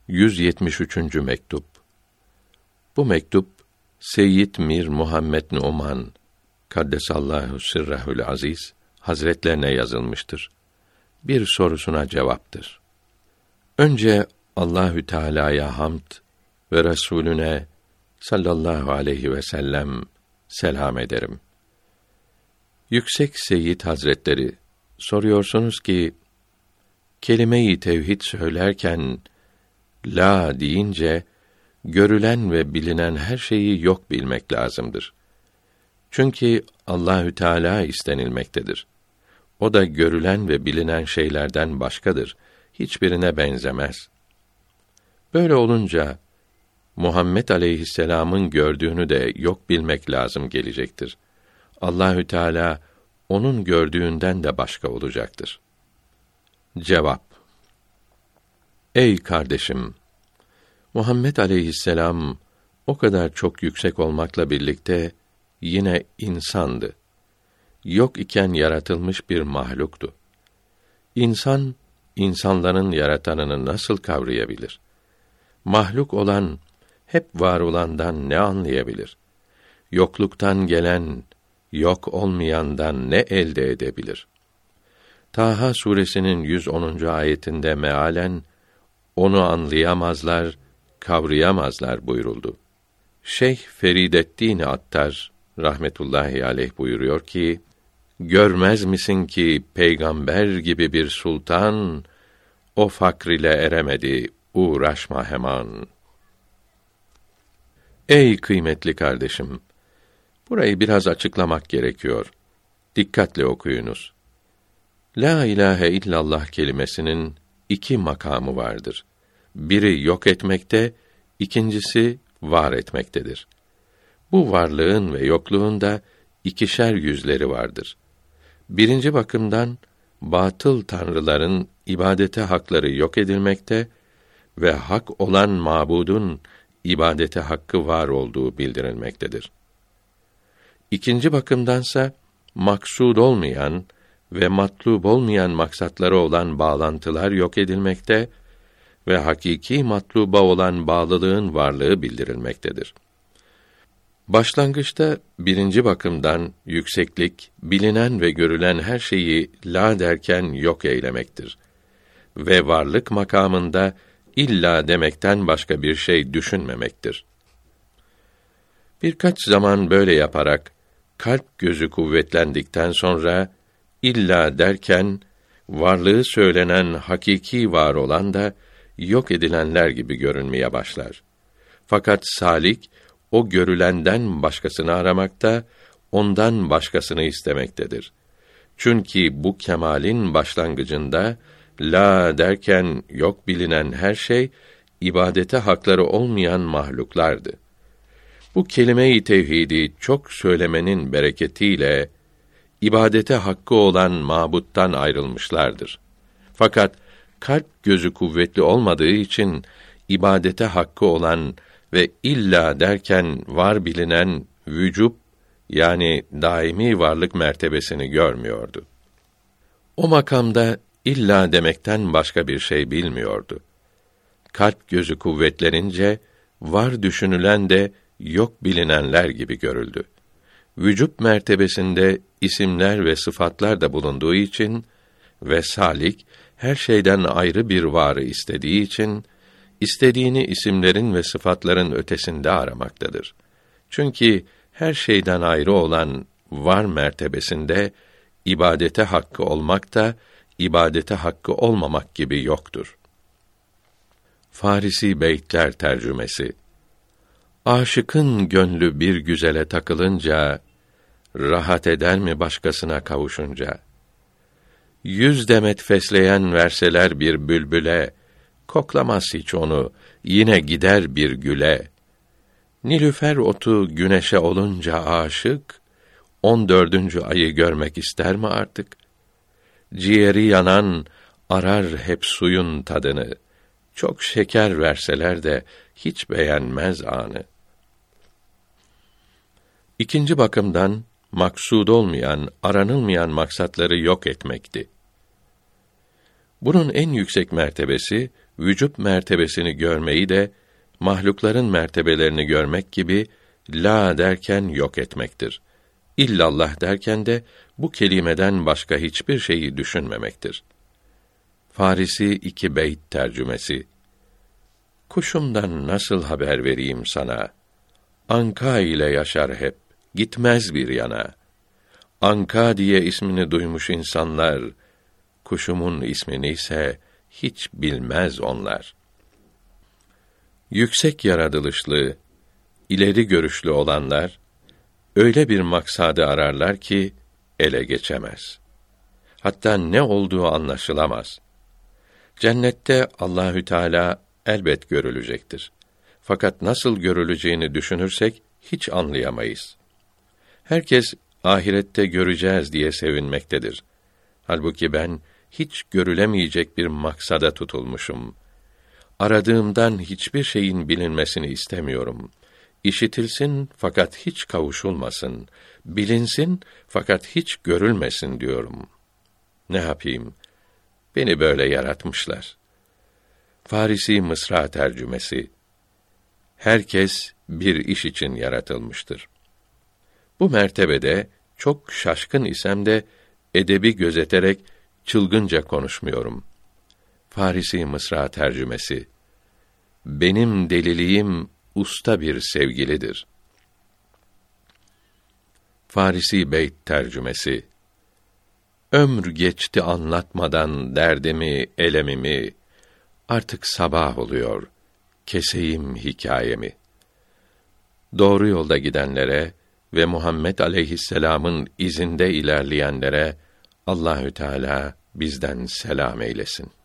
173. mektup. Bu mektup Seyyid Mir Muhammed Numan Kaddesallahu sirrehül aziz Hazretlerine yazılmıştır. Bir sorusuna cevaptır. Önce Allahü Teala'ya hamd ve Resulüne sallallahu aleyhi ve sellem selam ederim. Yüksek Seyyid Hazretleri, soruyorsunuz ki, kelime-i tevhid söylerken, la deyince, görülen ve bilinen her şeyi yok bilmek lazımdır. Çünkü Allahü Teala istenilmektedir. O da görülen ve bilinen şeylerden başkadır. Hiçbirine benzemez. Böyle olunca, Muhammed aleyhisselam'ın gördüğünü de yok bilmek lazım gelecektir. Allahü Teala onun gördüğünden de başka olacaktır. Cevap: Ey kardeşim, Muhammed aleyhisselam o kadar çok yüksek olmakla birlikte yine insandı. Yok iken yaratılmış bir mahluktu. İnsan, insanların yaratanını nasıl kavrayabilir? Mahluk olan, hep var olandan ne anlayabilir? Yokluktan gelen, yok olmayandan ne elde edebilir? Taha suresinin 110. ayetinde mealen, onu anlayamazlar, kavrayamazlar buyuruldu. Şeyh Feridettin Attar rahmetullahi aleyh buyuruyor ki, görmez misin ki peygamber gibi bir sultan, o fakr ile eremedi, uğraşma hemen. Ey kıymetli kardeşim! Burayı biraz açıklamak gerekiyor. Dikkatle okuyunuz. La ilahe illallah kelimesinin iki makamı vardır. Biri yok etmekte, ikincisi var etmektedir. Bu varlığın ve yokluğun da ikişer yüzleri vardır. Birinci bakımdan, batıl tanrıların ibadete hakları yok edilmekte ve hak olan mabudun ibadete hakkı var olduğu bildirilmektedir. İkinci bakımdansa, maksud olmayan ve matlub olmayan maksatları olan bağlantılar yok edilmekte ve hakiki matluba olan bağlılığın varlığı bildirilmektedir. Başlangıçta birinci bakımdan yükseklik, bilinen ve görülen her şeyi la derken yok eylemektir. Ve varlık makamında illa demekten başka bir şey düşünmemektir. Birkaç zaman böyle yaparak, kalp gözü kuvvetlendikten sonra, illa derken, varlığı söylenen hakiki var olan da, yok edilenler gibi görünmeye başlar. Fakat salik, o görülenden başkasını aramakta, ondan başkasını istemektedir. Çünkü bu kemalin başlangıcında, la derken yok bilinen her şey, ibadete hakları olmayan mahluklardı. Bu kelime-i tevhidi çok söylemenin bereketiyle, ibadete hakkı olan mabuttan ayrılmışlardır. Fakat, kalp gözü kuvvetli olmadığı için, ibadete hakkı olan ve illa derken var bilinen vücub, yani daimi varlık mertebesini görmüyordu. O makamda illa demekten başka bir şey bilmiyordu. Kalp gözü kuvvetlenince, var düşünülen de yok bilinenler gibi görüldü. Vücub mertebesinde isimler ve sıfatlar da bulunduğu için ve salik, her şeyden ayrı bir varı istediği için, istediğini isimlerin ve sıfatların ötesinde aramaktadır. Çünkü her şeyden ayrı olan var mertebesinde, ibadete hakkı olmak da, ibadete hakkı olmamak gibi yoktur. Farisi Beytler tercümesi. Aşıkın gönlü bir güzele takılınca, rahat eder mi başkasına kavuşunca? 100 demet fesleğen verseler bir bülbüle, koklamaz hiç onu, yine gider bir güle. Nilüfer otu güneşe olunca aşık, 14. ayı görmek ister mi artık? Ciğeri yanan, arar hep suyun tadını, çok şeker verseler de hiç beğenmez anı. İkinci bakımdan, maksud olmayan, aranılmayan maksatları yok etmekti. Bunun en yüksek mertebesi, vücub mertebesini görmeyi de mahlukların mertebelerini görmek gibi la derken yok etmektir. İllallah derken de bu kelimeden başka hiçbir şeyi düşünmemektir. Farisi 2 beyt tercümesi. Kuşumdan nasıl haber vereyim sana? Anka ile yaşar hep, gitmez bir yana. Anka diye ismini duymuş insanlar, kuşumun ismini ise hiç bilmez onlar. Yüksek yaratılışlı, ileri görüşlü olanlar, öyle bir maksadı ararlar ki, ele geçemez. Hatta ne olduğu anlaşılamaz. Cennette Allahü Teala elbet görülecektir. Fakat nasıl görüleceğini düşünürsek hiç anlayamayız. Herkes ahirette göreceğiz diye sevinmektedir. Halbuki ben hiç görülemeyecek bir maksada tutulmuşum. Aradığımdan hiçbir şeyin bilinmesini istemiyorum. İşitilsin fakat hiç kavuşulmasın. Bilinsin fakat hiç görülmesin diyorum. Ne yapayım? Beni böyle yaratmışlar. Farisi Mısra tercümesi. Herkes bir iş için yaratılmıştır. Bu mertebede çok şaşkın isem de edebi gözeterek çılgınca konuşmuyorum. Farisi Mısra tercümesi. Benim deliliğim usta bir sevgilidir. Farisi beyt tercümesi. Ömür geçti anlatmadan derdimi, elemimi. Artık sabah oluyor. Keseyim hikâyemi. Doğru yolda gidenlere ve Muhammed aleyhisselam'ın izinde ilerleyenlere Allahü Teala bizden selam eylesin.